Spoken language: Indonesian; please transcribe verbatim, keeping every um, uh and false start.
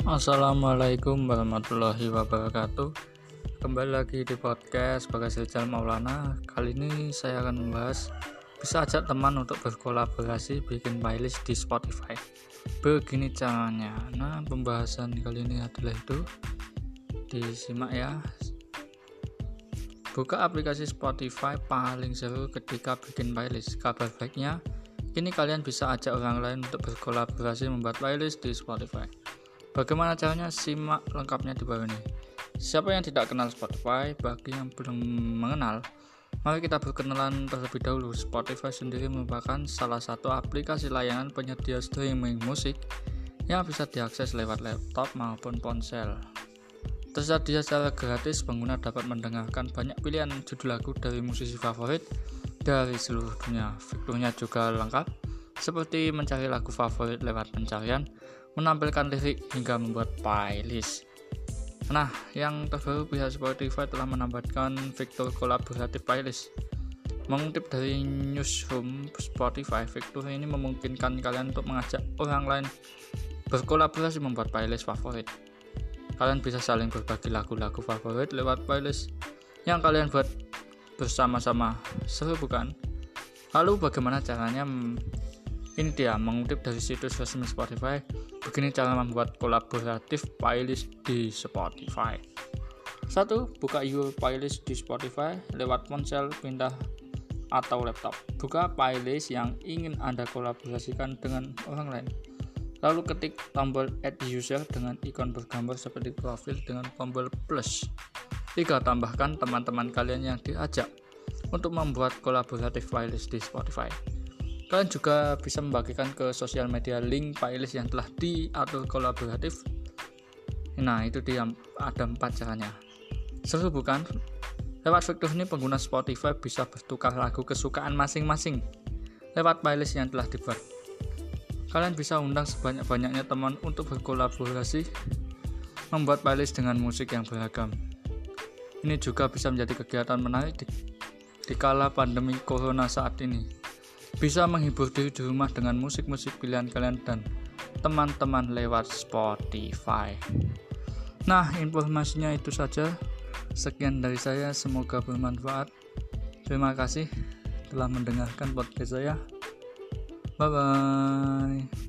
Assalamualaikum warahmatullahi wabarakatuh. Kembali lagi di podcast Bagas Rizal Maulana. Kali ini saya akan membahas bisa ajak teman untuk berkolaborasi bikin playlist di Spotify. Begini caranya. Nah, pembahasan kali ini adalah itu. Disimak ya. Buka aplikasi Spotify, paling seru ketika bikin playlist. Kabar baiknya, kini kalian bisa ajak orang lain untuk berkolaborasi membuat playlist di Spotify. Bagaimana caranya? Simak lengkapnya di bawah ini. Siapa yang tidak kenal Spotify? Bagi yang belum mengenal, mari kita berkenalan terlebih dahulu. Spotify sendiri merupakan salah satu aplikasi layanan penyedia streaming musik yang bisa diakses lewat laptop maupun ponsel. Tersedia secara gratis, pengguna dapat mendengarkan banyak pilihan judul lagu dari musisi favorit dari seluruh dunia. Fiturnya juga lengkap, seperti mencari lagu favorit lewat pencarian, menampilkan lirik, hingga membuat playlist. Nah, yang terbaru pihak Spotify telah menambahkan fitur kolaboratif playlist. Mengutip dari newsroom Spotify, fitur ini memungkinkan kalian untuk mengajak orang lain berkolaborasi membuat playlist favorit. Kalian bisa saling berbagi lagu-lagu favorit lewat playlist yang kalian buat bersama-sama. Seru bukan? Lalu bagaimana caranya? Ini dia, mengutip dari situs resmi Spotify, begini cara membuat kolaboratif playlist di Spotify. satu. Buka Your Playlist di Spotify lewat ponsel, pindah atau laptop. Buka playlist yang ingin Anda kolaborasikan dengan orang lain. Lalu ketik tombol Add User dengan ikon bergambar seperti profil dengan tombol plus. tiga. Tambahkan teman-teman kalian yang diajak untuk membuat kolaboratif playlist di Spotify. Kalian juga bisa membagikan ke sosial media link playlist yang telah diatur kolaboratif. Nah, itu dia, ada empat caranya. Seru bukan? Lewat fitur ini pengguna Spotify bisa bertukar lagu kesukaan masing-masing lewat playlist yang telah dibuat. Kalian bisa undang sebanyak-banyaknya teman untuk berkolaborasi membuat playlist dengan musik yang beragam. Ini juga bisa menjadi kegiatan menarik di, di kala pandemi corona saat ini. Bisa menghibur diri di rumah dengan musik-musik pilihan kalian dan teman-teman lewat Spotify. Nah, informasinya itu saja. Sekian dari saya, semoga bermanfaat. Terima kasih telah mendengarkan podcast saya. Bye bye.